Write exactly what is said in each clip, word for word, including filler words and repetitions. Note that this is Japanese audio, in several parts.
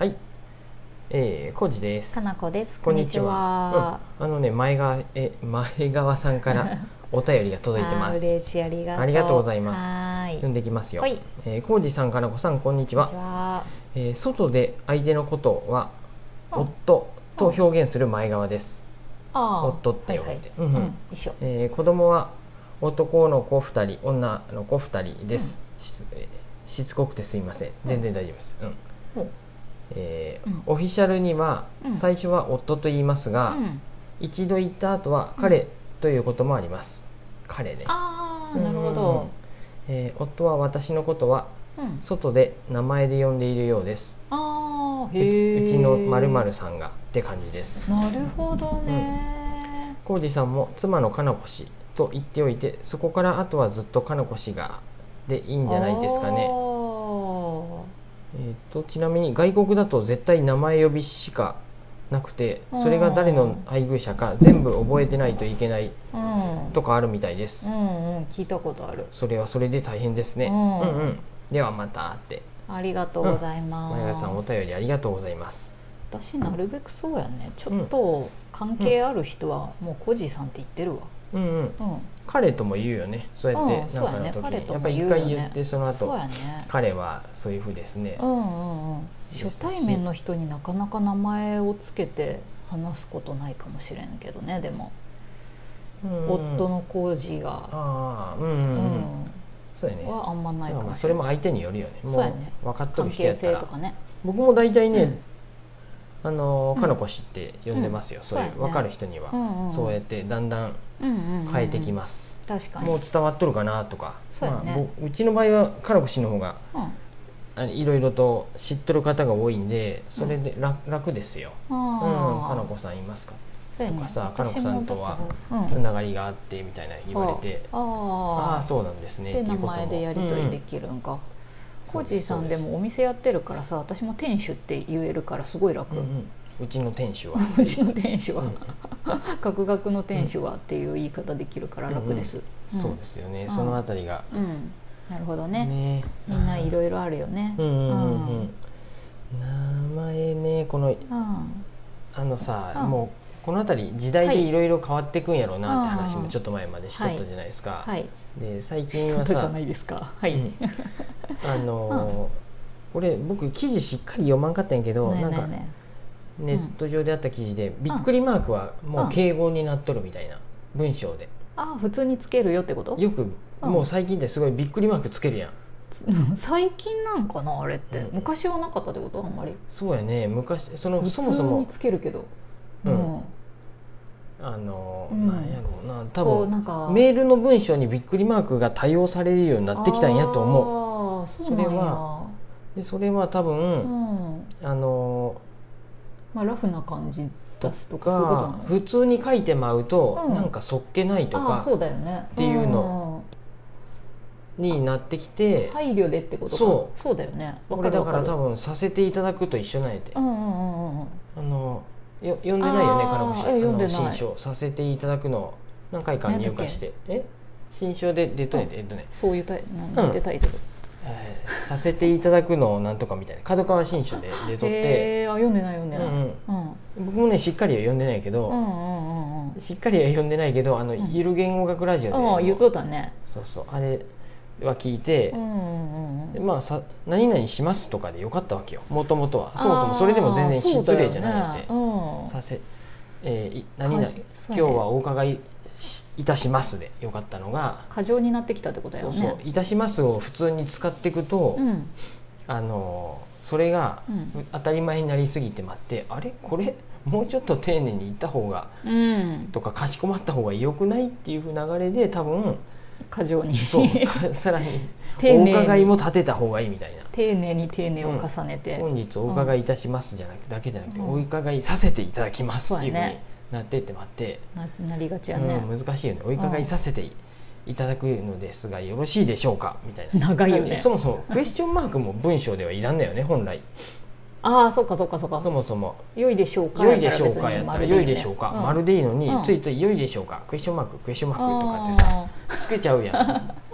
はい、えー、コウジです。 かなこです。 こんにちは。うん、あのね、前川え前川さんからお便りが届いてます。 嬉しい、ありがとう。 ありがとうございます。 はい。 読んできますよ。 はい。 えー、コウジさん、かなこさん、こんにちは。 こんにちは。 えー、外で相手のことは、うん、夫と表現する前川です。 うん、 夫って呼んで、はいはい、うんうん、 一緒。 えー、子供は男の子ふたり、女の子ふたりです。うん、し, しつこくてすいません。全然大丈夫です。うん。うんえーうん、オフィシャルには最初は夫と言いますが、うん、一度言った後は彼ということもあります。うん、彼ね。 ああ、なるほど。 えー、夫は私のことは外で名前で呼んでいるようです。 うん、あーへう, うちの〇〇さんがって感じです。 なるほどね。 浩二、うん、さんも妻のかなこ氏と言っておいて、そこからあとはずっとかなこ氏がでいいんじゃないですかね。えー、とちなみに外国だと絶対名前呼びしかなくて、それが誰の配偶者か全部覚えてないといけないとかあるみたいです。 うんうんうん、聞いたことある。 それはそれで大変ですね。うん、うんうん、ではまたって。 ありがとうございます。 前川さん、お便りありがとうございます。 私なるべくそうやね、ちょっと関係ある人はもうコジさんって言ってるわ。うんうんうん、 彼とも言うよね。そうやって何かの時にやっぱり一回言って、その後彼はそういうふうですね。うんうんうん、 初対面の人になかなか名前をつけて話すことないかもしれんけどね。でも、うん、夫のコジがああうんうん、うん、そうやね。 はあんまないかもしれない。 それも相手によるよね。もう分かっとる人やったら、 関係性とかね。 僕も大体ね、うんあのかのこ氏って呼んでますよ、うん、そういう分かる人には、うんうん、そうやってだんだん変えてきます、 うんうんうん、確かにもう伝わっとるかなとか、 そうやね、 まあ、うちの場合はかのこ氏の方が、うん、いろいろと知っとる方が多いんでそれで 楽,、うん、楽ですよ、うん、かのこさんいますかとかさ、かのこさんとはつながりがあってみたいな言われて、うん、ああそうなんですねで名前でやり取りできるんか、うんコージーさんでもお店やってるからさ、私も店主って言えるからすごい楽、うんうん、 うちの店主はうちの店主は角学の店主はっていう言い方できるから楽です、 うんうん、そうですよね、うん、そのあたりが、 うん、なるほど ね, ねみんないろいろあるよね、うんうんうんうん、 名前ねこの、うん、あのさ、うん、もうこのあたり時代でいろいろ変わっていくんやろうなって話もちょっと前までしとったじゃないですか、はいはいで最近はさじゃないですか、はい、うん、 あのー、これ僕記事しっかり読まんかったんやけど、ね、なんかネット上であった記事で、うん、びっくりマークはもう敬語になっとるみたいな、文章であ普通につけるよってことよく、うん、もう最近ってすごいびっくりマークつけるやん最近なんかなあれって、うん、昔はなかったってことあんまりそうやね昔そのそもそも普通につけるけどうん、うんあのうん、なんやろうな多分なんかメールの文章にびっくりマークが多用されるようになってきたんやと思う。それはでそれは多分、うん、あの、 まあ、ラフな感じ出すとかそういうことなの普通に書いてまうと、うん、なんかそっけないとかそうだよねっていうのになってきて配慮でってことかそうそうだよねこれだから多分させていただくと一緒なんやて、うんうんうんうん、あのよ読んでないよね、かのこ氏。 読んでない。 新書させていただくのを何回か入荷して、え新書で出といて、えっとね、 そういうタイなんてタイトル、 えー、させていただくのをなんとかみたいな角川新書で出とって、 えー、あ読んでない読んでない、うんうん、僕もねしっかりは読んでないけど、うんうんうん、しっかりは読んでないけどあの、うん、ゆる言語学ラジオで、 あ言うとったね。 そうそうあれは聞いて、うんうんうん、まあさ何々しますとかでよかったわけよ。もともとはそもそもそれでも全然失礼じゃないって、ねうん、させ、えー、何々、ね、今日はお伺いいたしますでよかったのが過剰になってきたってことだよね。 そうそういたしますを普通に使っていくと、うん、あのそれが当たり前になりすぎてまって、うん、あれこれもうちょっと丁寧に言った方が、うん、とかかしこまった方がよくないっていう流れで多分過剰にそうさらにお伺いも立てた方がいいみたいな丁寧に丁寧を重ねて、 うん、本日お伺いいたしますじゃなくて、うん、だけじゃなくて、うん、お伺いさせていただきますっていうふうになってって待って、 な, なりがちやね、 うん、難しいよね。お伺いさせていただくのですがよろしいでしょうかみたいな長いよね。 そもそもクエスチョンマークも文章ではいらんだよね本来。 ああそうかそうかそうか。 そもそも良いでしょうか良いでしょうかやったら良いでしょうか丸でいいのに、うん、ついつい良いでしょうかクエスチョンマーククエスチョンマークとかってさつけちゃうやん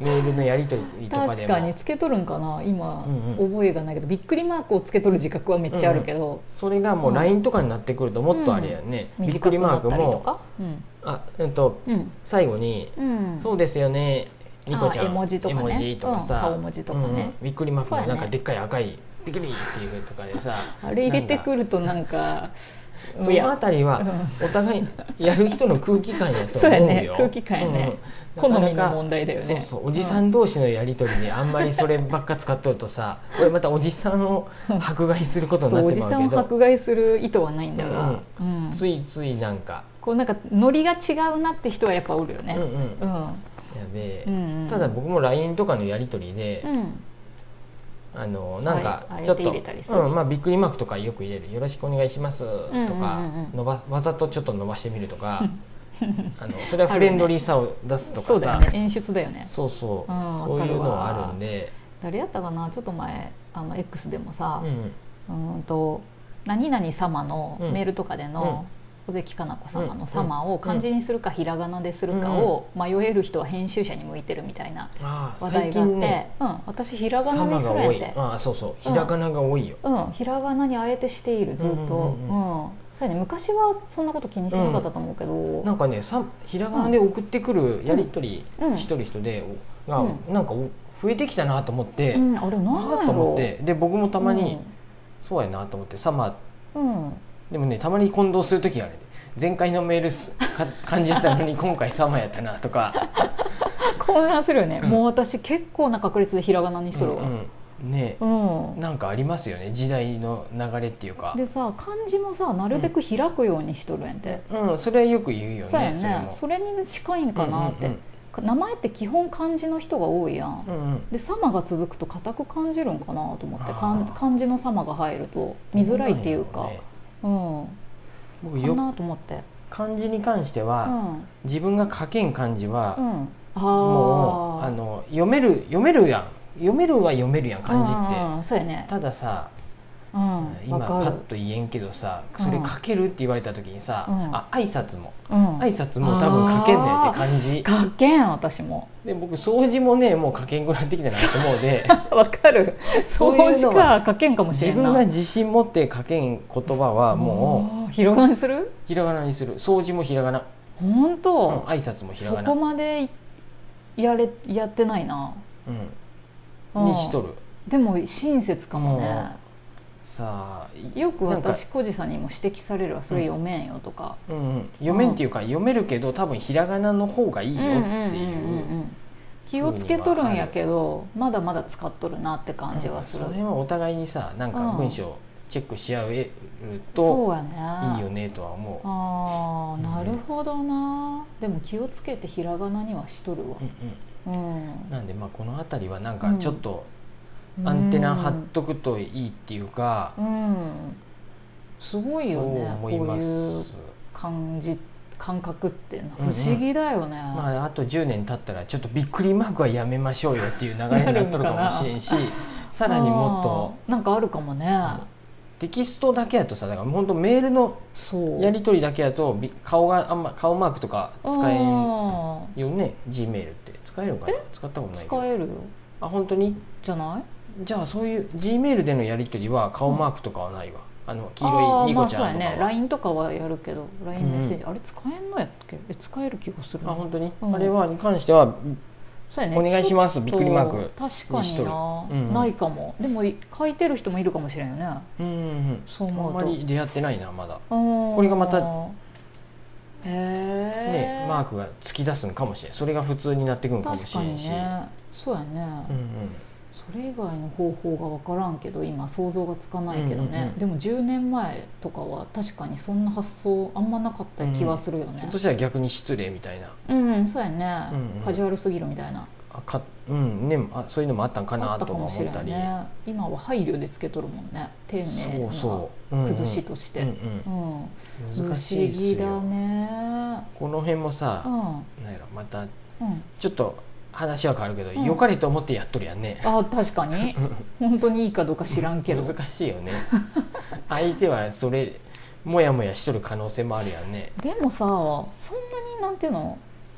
メールのやり取りとかでも確かにつけとるんかな今、 うんうん、 覚えがないけどびっくりマークをつけとる自覚はめっちゃあるけど、うんうん、 それがもう ライン とかになってくるともっとあれやね、うん、びっくりマークも、うん、あ、うんとうん、最後に、うん、そうですよねニコちゃん絵文字とかね、 絵文字とかさ、 うん、顔文字とかね、うんうん、 びっくりマークもなんかでっかい赤いびっくりっていうとかでさあれ入れてくるとなんかそのあたりはお互いやる人の空気感やと思うよ。そうやね、空気感やね、うん、好みの問題だよね。 そうそう、おじさん同士のやり取りにあんまりそればっか使っとるとさ、これまたおじさんを迫害することになってまうけど、 そうおじさんを迫害する意図はないんだが、 うんうん、ついついなんかこうなんかノリが違うなって人はやっぱおるよね。うんうんうん、 やべえ、うんうん、ただ僕も ライン とかのやり取りで、うんあのなんかちょっと、うんまあ、びっくりマークとかよく入れるよろしくお願いしますとか、伸ばわざとちょっと伸ばしてみるとかあのそれはフレンドリーさを出すとかさ、 そうだよね、演出だよね。 そうそう、うん、そういうのはあるんで。 誰やったかなちょっと前あの X でもさ、うん、うんと何々様のメールとかでの、うん尾関かな子様の様を漢字にするかひらがなでするかを迷える人は編集者に向いてるみたいな話題があって、ねうん、私ひらがなにするんやて。 ああそうそうひらがなが多いよ、 うん、ひらがなにあえてしているずっと、うんうんうんうん、そうやね、昔はそんなこと気にしなかったと思うけど、うん、 なんかねさひらがなで送ってくるやり取りしとる人で、うん、がなんか増えてきたなと思って、うん、あれ何やろと思ってで僕もたまに、うん、そうやなと思ってサマー、うんでもねたまに混同する時がある。前回のメール感じやったのに今回サマやったなとか混乱するよね、うん、もう私結構な確率でひらがなにしとるわ、うんうん、ね、うん、なんかありますよね時代の流れっていうかでさ漢字もさなるべく開くようにしとるんやて、 うん、うん、それはよく言うよね。 そうやね そ, それに近いんかなって、うんうんうん、名前って基本漢字の人が多いやん、うんうん、で様が続くと硬く感じるんかなと思って漢字の様が入ると見づらいっていうかう、ね、うん僕よかなと思って漢字に関しては、うん、自分が書けん漢字は、うん、あもうあの読める読めるやん読めるは読めるやん漢字って、 うん、そうやね、 たださ、うん、今パッと言えんけどさそれ書けるって言われた時にさ、うん、あ挨拶も、うん、挨拶も多分書けんねんって漢字書けん私もで僕掃除もねもう書けんくなってきたなと思うでわかる掃除か書けんかもしれんな。 自分が自信持って書けん言葉はもうひらがなにするひらがなにする掃除もひらがな本当、うん、 挨拶もひらがなそこまでやれやってないな、 うん、にしとる。 でも親切かもね。 さあよく私小路さんにも指摘されるわそれ読めんよとか、 うんうん、読めんっていうか、うん、読めるけど多分ひらがなの方がいいよっていう気をつけとるんやけどまだまだ使っとるなって感じはする、 うん、それはお互いにさなんか文章チェックし合えるといいよねとは思う。 ああなるほどな、でも気をつけてひらがなにはしとるわ、 うんうんうん、なんでまあこの辺りはなんかちょっと、うんアンテナ張っとくといいっていうか、うん、 すごいよねこういう感じ感覚って不思議だよね、うんうんまあ、あとじゅうねん経ったらちょっとびっくりマークはやめましょうよっていう流れになっとるかもしれんしさらにもっとなんかあるかもね、うん、 テキストだけやとさだから本当メールのやり取りだけやと顔があんま顔マークとか使えんよね。 G メールって使えるかな。使ったことないけど使えるよ。 あ本当にじゃない。 じゃあそういう G メールでのやり取りは顔マークとかはないわ、うん、あの黄色いニコちゃんとかは、あ、まあそうやね、 ライン とかはやるけど ライン メッセージ、うん、あれ使えんのやっけえ使える気がする。 あ本当に、うん、あれはに関してはそうや、ね、お願いしますびっくりマーク確かにな、うん、ないかも。でも書いてる人もいるかもしれんよね、 うんうん、そう思うとあんまり出会ってないなまだ。これがまたへねマークが突き出すんかもしれん。それが普通になってくるかもしれんし、 ね、そうやね、うんうんそれ以外の方法が分からんけど今想像がつかないけどね、うんうんうん、でもじゅうねんまえとかは確かにそんな発想あんまなかった気はするよね、 うん、今年は逆に失礼みたいなうん、うん、そうやね、うんうん、カジュアルすぎるみたいなあか、うんね、あそういうのもあったんかなとか思ったり、ね、 今は配慮でつけとるもんね丁寧な崩しとして難しいですよ。不思議だねこの辺もさ、うん、なんやろまた、うん、ちょっと話は変わるけど、うん、良かれと思ってやっとるやんね。 あ確かに本当にいいかどうか知らんけど難しいよね相手はそれもやもやしとる可能性もあるやんね。 でもさそんなになんていうの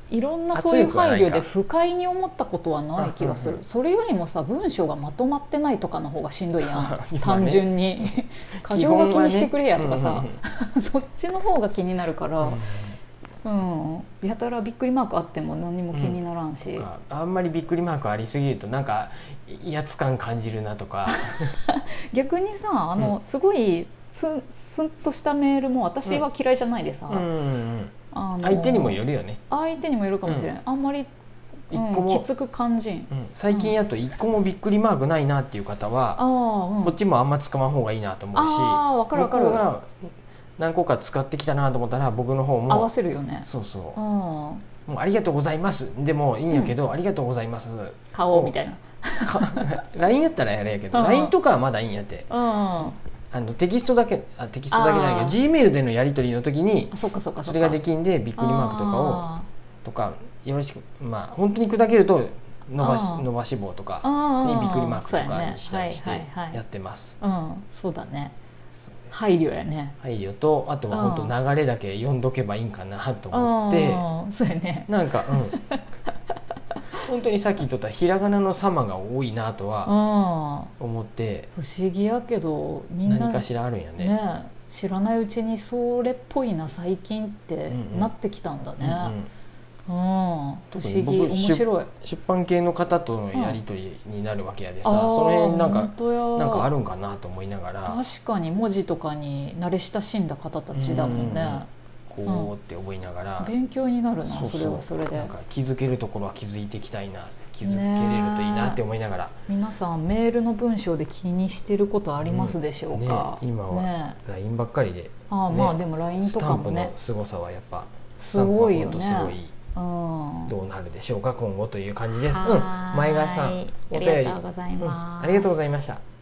いろんなそういう配慮で不快に思ったことはない気がする。それよりもさ、文章がまとまってないとかの方がしんどいやん、ね、単純に箇条書きにしてくれやとかさ、ね、そっちの方が気になるから、うん、やたらびっくりマークあっても何も気にならんし、うん、 あんまりびっくりマークありすぎるとなんか威圧感感じるなとか逆にさ、あの、うん、すごいスンスンとしたメールも私は嫌いじゃないでさ、うんうんうん、 あの相手にもよるよね。 相手にもよるかもしれない、うん、あんまり、うん、きつく感じん、うん、 最近やと一個もびっくりマークないなっていう方は、うん、こっちもあんま使わん方がいいなと思うし、 あ分かる分かる、 向こうが何個か使ってきたなと思ったら僕の方も合わせるよね。 そうそう、うん、もうありがとうございますでもいいんやけど、うん、ありがとうございます買おうみたいなライン やったらやれやけど、うん、ライン とかはまだいいんやって、うん、あのテキストだけあテキストだけじゃないけど G メールでのやり取りの時にそれができんでびっくりマークとかをとかよろしく、まあ本当に砕けると伸ばし伸ばし棒とかにびっくりマークとかにしたりしてやってます。 うん、そうだね。配慮やね。 配慮とあとは本当流れだけ読んどけばいいんかなと思って、 そうやね。 なんかうん。本当にさっき言っとったひらがなの様が多いなとは思って、 不思議やけどみんな何かしらあるんやね。 ね、知らないうちにそれっぽいな最近ってなってきたんだね。うんうんうん、不思議、面白い。 出版系の方とのやり取りになるわけやでさ、うん、その辺なんかなんかあるんかなと思いながら。 確かに文字とかに慣れ親しんだ方たちだもんね、 うんうん、こうって思いながら、 うん、勉強になるな。そうそう、それはそれでなんか気づけるところは気づいていきたいな、気づけれるといいなって思いながら、 皆さんメールの文章で気にしてることありますでしょうか、 うんね、今は ライン ばっかりで、ね、 あまあでも ライン とかもね、 スタンプの凄さはやっぱすごいよね。 すごいうん、どうなるでしょうか今後という感じです。うん、前川さんお便りありがとうございます、うん、ありがとうございました。